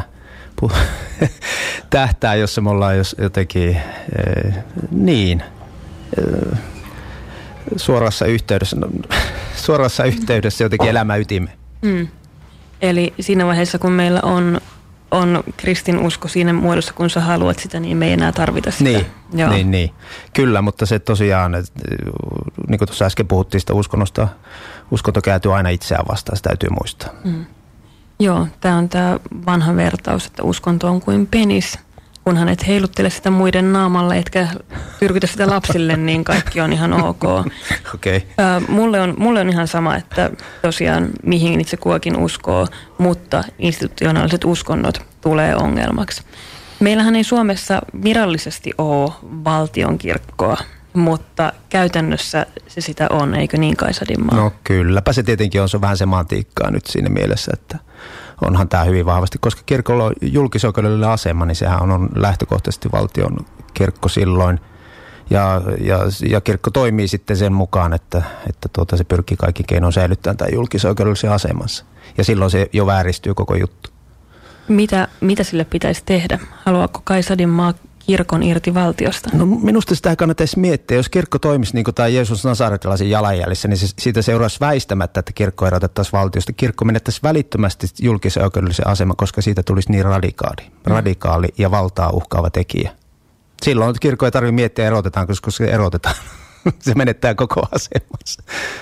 tähtää, jossa me ollaan jos jotenkin eh, niin eh, suorassa yhteydessä, no, suorassa yhteydessä jotenkin elämän ytimeen. Mm. Eli siinä vaiheessa, kun meillä on on kristinusko siinä muodossa, kun sä haluat sitä, niin me ei enää tarvita sitä. Niin, niin, niin. Kyllä, mutta se tosiaan, että, niin kuin tuossa äsken puhuttiin sitä uskonnosta, uskonto kääntyy aina itseään vastaan, se täytyy muistaa. Mm. Joo, tämä on tämä vanha vertaus, että uskonto on kuin penis. kunhan et heiluttele sitä muiden naamalle, etkä tyrkytä sitä lapsille, niin kaikki on ihan ok. Okay. Mulle on, mulle on ihan sama, että tosiaan mihin itse kuakin uskoo, mutta institutionaaliset uskonnot tulee ongelmaksi. Meillähän ei Suomessa virallisesti ole valtionkirkkoa, mutta käytännössä se sitä on, eikö niin Kai Sadinmaa? No kylläpä se tietenkin on, se on vähän semantiikkaa nyt siinä mielessä, että onhan tämä hyvin vahvasti, koska kirkolla on julkisoikeudellinen asema, niin sehän on lähtökohtaisesti valtion kirkko silloin. Ja, ja, ja kirkko toimii sitten sen mukaan, että, että tuota, se pyrkii kaikki keinoin säilyttämään tämän julkisoikeudellisen asemansa. Ja silloin se jo vääristyy koko juttu. Mitä, mitä sille pitäisi tehdä? Haluaako Kai Sadinmaa kirkon irti valtiosta? No minusta sitä kannattaisi miettiä. Jos kirkko toimisi niin kuin tämä Jeesus Nasaretilaisen jalanjäljissä, niin se, siitä seuraisi väistämättä, että kirkko erotettaisiin valtiosta. Kirkko menettäisi välittömästi julkisen oikeudellisen aseman, koska siitä tulisi niin radikaali, radikaali ja valtaa uhkaava tekijä. Silloin kirkko ei tarvitse miettiä erotetaan, koska se erotetaan. Se menettää koko asemassa.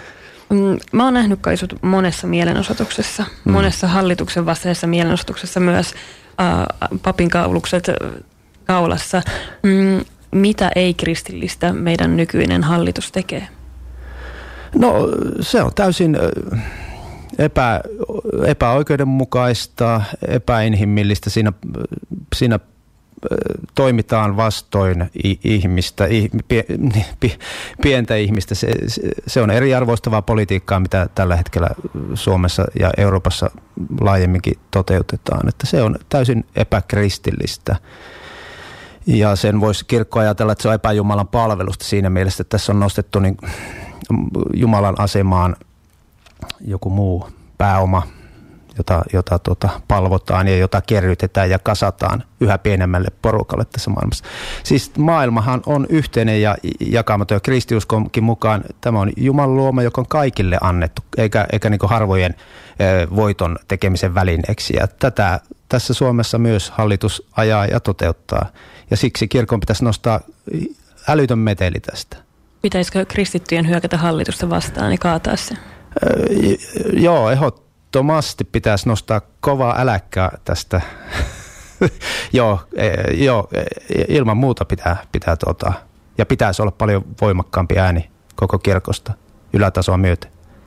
Mä oon nähnyt Kai sut monessa mielenosoituksessa, mm. monessa hallituksen vastaisessa mielenosoituksessa myös äh, papin kaulukset kaulassa. Mm, mitä ei-kristillistä meidän nykyinen hallitus tekee? No se on täysin epä, epäoikeudenmukaista, epäinhimillistä. Siinä, siinä toimitaan vastoin ihmistä, pientä ihmistä. Se, se on eriarvoistavaa politiikkaa, mitä tällä hetkellä Suomessa ja Euroopassa laajemminkin toteutetaan. Että se on täysin epäkristillistä. Ja sen voisi kirkko ajatella, että se on epäjumalan palvelusta siinä mielessä, että tässä on nostettu niin Jumalan asemaan joku muu pääoma, jota, jota tuota, palvotaan ja jota kerrytetään ja kasataan yhä pienemmälle porukalle tässä maailmassa. Siis maailmahan on yhteinen ja jakamaton, ja kristiuskonkin mukaan tämä on Jumalan luoma, joka on kaikille annettu, eikä, eikä niin kuin harvojen e, voiton tekemisen välineeksi. Ja tätä tässä Suomessa myös hallitus ajaa ja toteuttaa, ja siksi kirkon pitäisi nostaa älytön meteli tästä. Pitäisikö kristittyjen hyökätä hallitusta vastaan ja kaataa se? E, joo, ehdottomasti. Ehdottomasti pitäisi nostaa kovaa äläkkää tästä. joo, joo, ilman muuta pitää, pitää tuota, ja pitäisi olla paljon voimakkaampi ääni koko kirkosta ylätasoa myöten.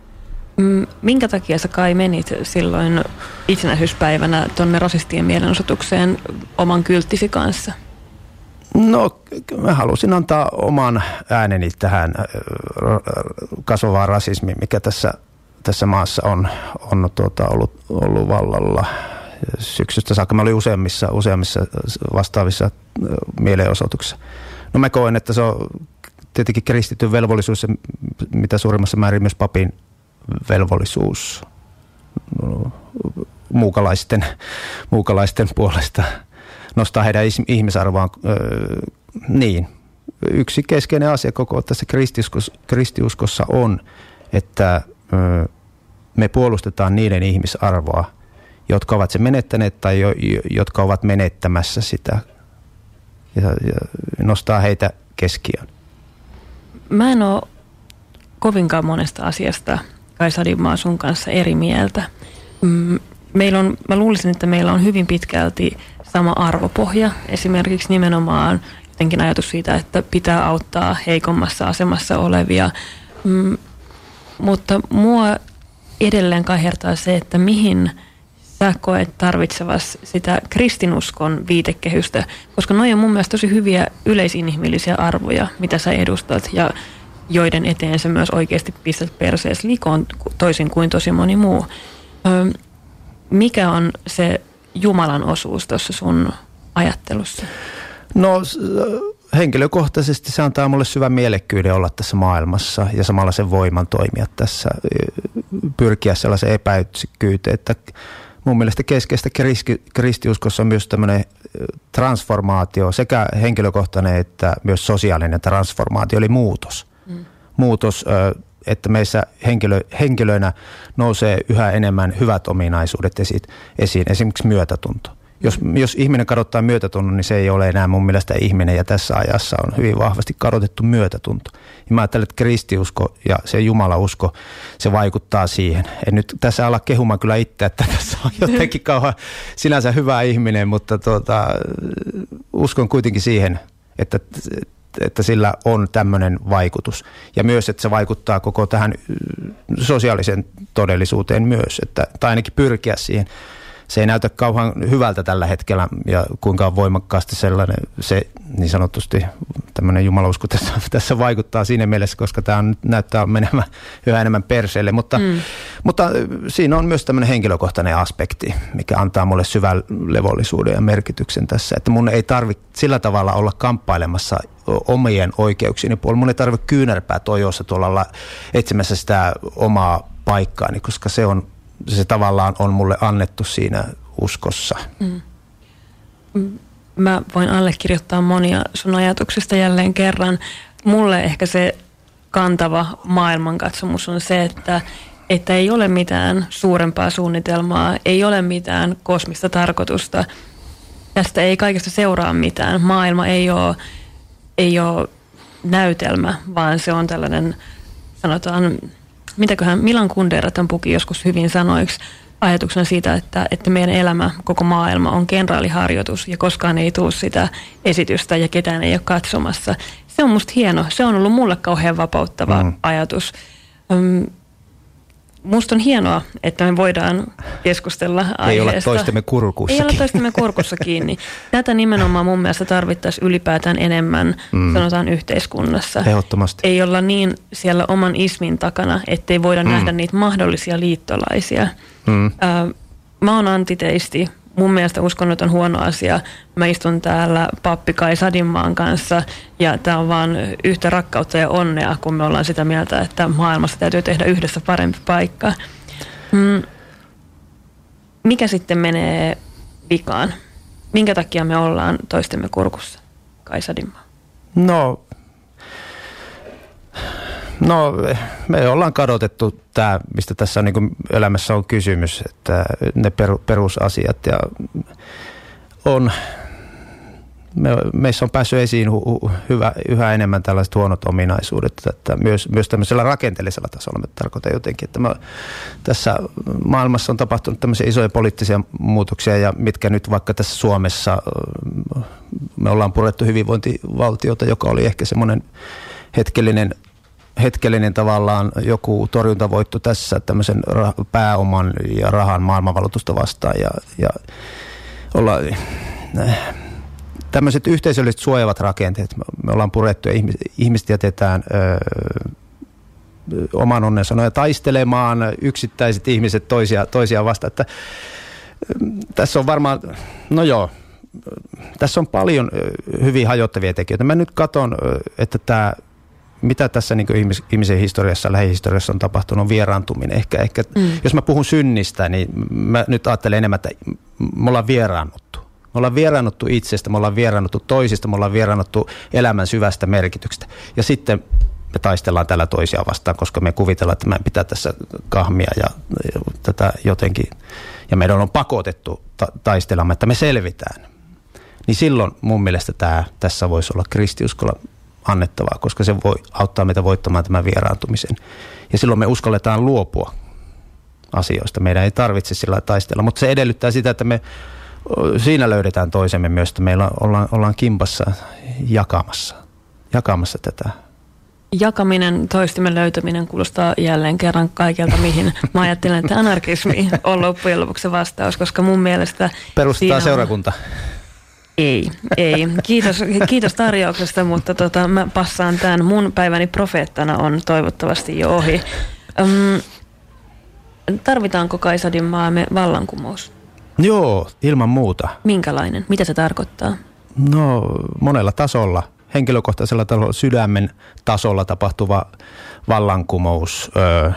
Minkä takia sä Kai menit silloin itsenäisyyspäivänä tuonne rasistien mielenosoitukseen oman kylttisi kanssa? No, mä halusin antaa oman ääneni tähän kasvavaan rasismiin, mikä tässä tässä maassa on, on tuota, ollut, ollut vallalla syksystä saakka. Mä olin useammissa, useammissa vastaavissa mielenosoituksissa. No mä koen, että se on tietenkin kristityn velvollisuus ja mitä suurimmassa määrin myös papin velvollisuus no, muukalaisten, muukalaisten puolesta nostaa heidän ihmisarvoaan. Öö, niin, yksi keskeinen asia koko tässä kristiuskossa, kristiuskossa on, että me puolustetaan niiden ihmisarvoa, jotka ovat se menettäneet tai jo, jotka ovat menettämässä sitä, ja, ja nostaa heitä keskiöön. Mä en ole kovinkaan monesta asiasta Kai Sadinmaa sun kanssa eri mieltä. Meillä on, mä luulisin, että meillä on hyvin pitkälti sama arvopohja, esimerkiksi nimenomaan jotenkin ajatus siitä, että pitää auttaa heikommassa asemassa olevia. Mutta mua edelleen kaihertaa se, että mihin sä koet tarvitsevas sitä kristinuskon viitekehystä, koska noi on mun mielestä tosi hyviä yleisinhimillisiä arvoja, mitä sä edustat ja joiden eteen sä myös oikeasti pistät persees likoon toisin kuin tosi moni muu. Ö, mikä on se Jumalan osuus tuossa sun ajattelussa? No henkilökohtaisesti se antaa mulle syvän mielekkyyden olla tässä maailmassa ja samalla sen voiman toimia tässä, pyrkiä sellaiseen epäyksikkyyteen, että mun mielestä keskeistä kristiuskossa on myös tämmöinen transformaatio, sekä henkilökohtainen että myös sosiaalinen transformaatio, eli muutos. Mm. Muutos, että meissä henkilö, henkilöinä nousee yhä enemmän hyvät ominaisuudet esiin, esimerkiksi myötätunto. Jos, jos ihminen kadottaa myötätunnon, niin se ei ole enää mun mielestä ihminen, ja tässä ajassa on hyvin vahvasti kadotettu myötätunto. Ja mä ajattelen, että kristiusko ja se jumalausko, se vaikuttaa siihen. En nyt tässä ala kehumaan kyllä itse, että tässä on jotenkin kauhean sinänsä hyvä ihminen, mutta tuota, uskon kuitenkin siihen, että, että sillä on tämmöinen vaikutus. Ja myös, että se vaikuttaa koko tähän sosiaaliseen todellisuuteen myös, että, tai ainakin pyrkiä siihen. Se ei näytä kauhean hyvältä tällä hetkellä ja kuinka voimakkaasti sellainen, se niin sanotusti tämmöinen jumalausko tässä, tässä vaikuttaa siinä mielessä, koska tämä on, näyttää menemään yhä enemmän perseelle. Mutta, mm. mutta siinä on myös tämmöinen henkilökohtainen aspekti, mikä antaa mulle syvän levollisuuden ja merkityksen tässä. Että mun ei tarvitse sillä tavalla olla kamppailemassa omien oikeuksieni puolella. Mun ei tarvitse kyynärpää toivossa tuolla olla etsimässä sitä omaa paikkaani, koska se on se tavallaan on mulle annettu siinä uskossa. Mm. Mä voin allekirjoittaa monia sun ajatuksista jälleen kerran. Mulle ehkä se kantava maailmankatsomus on se, että, että ei ole mitään suurempaa suunnitelmaa, ei ole mitään kosmista tarkoitusta. Tästä ei kaikesta seuraa mitään. Maailma ei ole, ei ole näytelmä, vaan se on tällainen, sanotaan, mitäköhän Milan Kundera tämän puki joskus hyvin sanoiksi ajatuksena siitä, että, että meidän elämä, koko maailma on kenraaliharjoitus ja koskaan ei tule sitä esitystä ja ketään ei ole katsomassa. Se on musta hieno. Se on ollut mulle kauhean vapauttava mm. ajatus. Um, musta on hienoa, että me voidaan keskustella aiheesta. Ei ole toistemme kurkussa Ei ole toistemme kurkussa kiinni. Tätä nimenomaan mun mielestä tarvittaisiin ylipäätään enemmän, mm. sanotaan yhteiskunnassa. Ehdottomasti. Ei olla niin siellä oman ismin takana, ettei voida mm. nähdä niitä mahdollisia liittolaisia. Mm. Äh, mä oon antiteisti. Mun mielestä uskonnot on huono asia. Mä istun täällä pappi Kai Sadinmaan kanssa ja tää on vaan yhtä rakkautta ja onnea, kun me ollaan sitä mieltä, että maailmassa täytyy tehdä yhdessä parempi paikka. Hmm. Mikä sitten menee vikaan? Minkä takia me ollaan toistemme kurkussa, Kai Sadinmaa? No, no, me ollaan kadotettu tämä, mistä tässä on, niin kuin elämässä on kysymys, että ne per, perusasiat ja on, me, meissä on päässyt esiin hu, hu, hyvä, yhä enemmän tällaiset huonot ominaisuudet, että myös, myös tämmöisellä rakenteellisella tasolla me tarkoitan jotenkin, että me, tässä maailmassa on tapahtunut tämmöisiä isoja poliittisia muutoksia ja mitkä nyt vaikka tässä Suomessa, me ollaan purettu hyvinvointivaltiota, joka oli ehkä semmoinen hetkellinen hetkellinen tavallaan joku torjuntavoitto tässä tämmöisen rah- pääoman ja rahan maailmanvaluutusta vastaan ja, ja olla, äh, tämmöiset yhteisölliset suojavat rakenteet, me, me ollaan purettu ja ihmis, ihmiset jätetään äh, oman onnensa sanoja taistelemaan yksittäiset ihmiset toisia, toisia vastaan, että äh, tässä on varmaan, no joo, tässä on paljon äh, hyvin hajottavia tekijöitä. Mä nyt katson, äh, että tämä mitä tässä niin kuin ihmis, ihmisen historiassa, lähihistoriassa on tapahtunut, on vieraantuminen. Ehkä, ehkä mm. jos mä puhun synnistä, niin mä nyt ajattelen enemmän, että me ollaan vieraannuttu. Me ollaan vieraannuttu itsestä, me ollaan vieraannuttu toisista, me ollaan vieraannuttu elämän syvästä merkityksestä. Ja sitten me taistellaan tällä toisia vastaan, koska me kuvitellaan, että meidän pitää tässä kahmia ja, ja tätä jotenkin. Ja meidän on pakotettu ta- taistelemaan, että me selvitään. Niin silloin mun mielestä tämä, tässä voisi olla kristiuskolla annettavaa, koska se voi auttaa meitä voittamaan tämän vieraantumisen. Ja silloin me uskalletaan luopua asioista. Meidän ei tarvitse sillä taistella, mutta se edellyttää sitä, että me siinä löydetään toisemme myös, että meillä ollaan, ollaan kimpassa jakamassa, jakamassa tätä. Jakaminen, toistimen löytäminen kuulostaa jälleen kerran kaikelta, mihin mä ajattelen, että anarkismi on loppujen lopuksi vastaus, koska mun mielestä perustetaan seurakunta. Ei, ei. Kiitos, kiitos tarjouksesta, mutta tota, mä passaan tämän. Mun päiväni profeettana on toivottavasti jo ohi. Öm, tarvitaanko Kai Sadinmaamme vallankumous? Joo, ilman muuta. Minkälainen? Mitä se tarkoittaa? No, monella tasolla. Henkilökohtaisella tasolla, sydämen tasolla tapahtuva vallankumous, öö,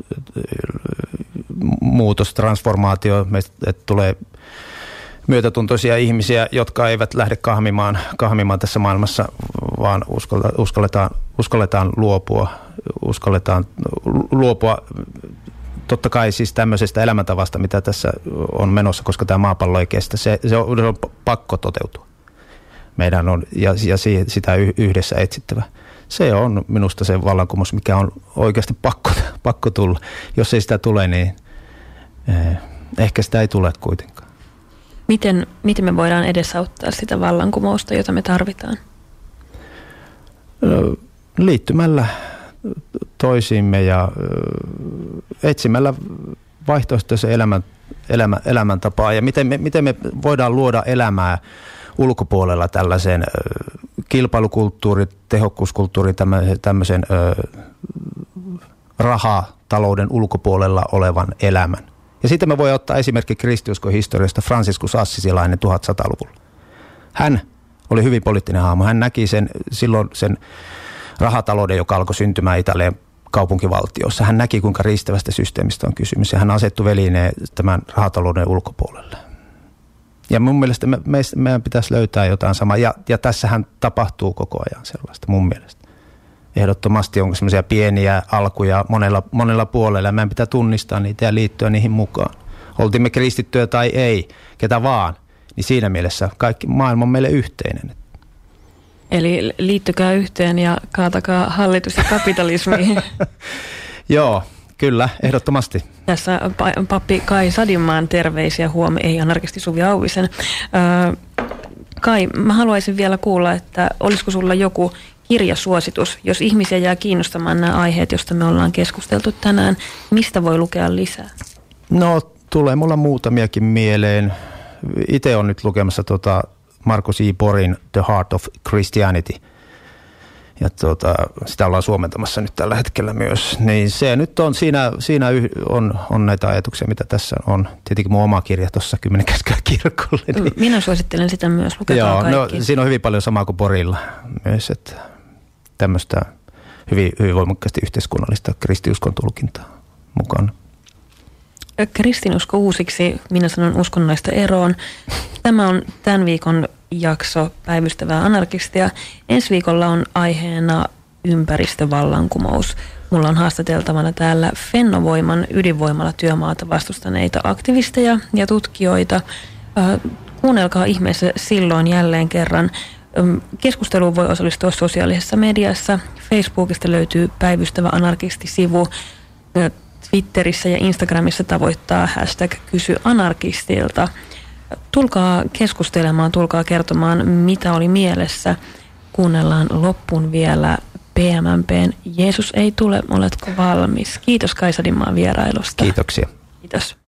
muutos, transformaatio, meistä tulee myötätuntoisia ihmisiä, jotka eivät lähde kahmimaan, kahmimaan tässä maailmassa, vaan uskalletaan, uskalletaan luopua, uskalletaan luopua totta kai siis tämmöisestä elämäntavasta, mitä tässä on menossa, koska tämä maapallo ei kestä, se, se, on, se on pakko toteutua. Meidän on, ja, ja sitä yhdessä etsittävä. Se on minusta se vallankumous, mikä on oikeasti pakko, pakko tulla. Jos ei sitä tule, niin eh, ehkä sitä ei tule kuitenkaan. Miten, miten me voidaan edesauttaa sitä vallankumousta, jota me tarvitaan? Liittymällä toisiimme ja etsimällä vaihtoehtoisen elämän, elämä, elämäntapaa. Ja miten me, miten me voidaan luoda elämää ulkopuolella tällaisen kilpailukulttuuri, tehokkuuskulttuuri, tämmöisen rahatalouden ulkopuolella olevan elämän. Ja sitten me voi ottaa esimerkki kristiuskon historiasta Franciscus Assisilainen tuhatsataa-luvulla. Hän oli hyvin poliittinen hahmo. Hän näki sen, silloin sen rahatalouden, joka alkoi syntymään Italian kaupunkivaltiossa. Hän näki, kuinka riistävästä systeemistä on kysymys. Ja hän asettui velineen tämän rahatalouden ulkopuolelle. Ja mun mielestä me, me, meidän pitäisi löytää jotain samaa. Ja, ja tässähän tapahtuu koko ajan sellaista mun mielestä. Ehdottomasti onko semmoisia pieniä alkuja monella, monella puolella. Meidän pitää tunnistaa niitä ja liittyä niihin mukaan. Oltiin me kristittyjä tai ei, ketä vaan. Niin siinä mielessä kaikki maailma on meille yhteinen. Eli liittykää yhteen ja kaatakaa hallitus ja kapitalismi. Joo, kyllä, ehdottomasti. Tässä pappi Kai Sadinmaan terveisiä huomi, ei anarkisti Suvi Auvisen. Öö, Kai, mä haluaisin vielä kuulla, että olisiko sulla joku kirjasuositus, jos ihmisiä jää kiinnostamaan nämä aiheet, joista me ollaan keskusteltu tänään. Mistä voi lukea lisää? No, tulee mulla muutamiakin mieleen. Itse olen nyt lukemassa tota Markus I. Borin The Heart of Christianity. Ja tota, sitä ollaan suomentamassa nyt tällä hetkellä myös. Niin se nyt on, siinä, siinä on, on näitä ajatuksia, mitä tässä on. Tietenkin mun oma kirja tuossa Kymmenen käskyä kirkolle. Niin. Minä suosittelen sitä myös, lukekaa Joo, kaikki. No, siinä on hyvin paljon samaa kuin Borilla myös, että tämmöistä hyvin, hyvin voimakkaasti yhteiskunnallista kristiuskon tulkintaa mukana. Kristinusko uusiksi, minä sanon uskonnoista eroon. Tämä on tämän viikon jakso Päivystävää anarkistia. Ensi viikolla on aiheena ympäristövallankumous. Mulla on haastateltavana täällä Fennovoiman ydinvoimalla työmaata vastustaneita aktivisteja ja tutkijoita. Kuunnelkaa ihmeessä silloin jälleen kerran. Keskusteluun voi osallistua sosiaalisessa mediassa. Facebookista löytyy Päivystävä anarkisti-sivu. Twitterissä ja Instagramissa tavoittaa hashtag kysy anarkistilta. Tulkaa keskustelemaan, tulkaa kertomaan, mitä oli mielessä. Kuunnellaan loppuun vielä P M M P:n Jeesus ei tule, oletko valmis? Kiitos Kai Sadinmaan vierailusta. Kiitoksia. Kiitos.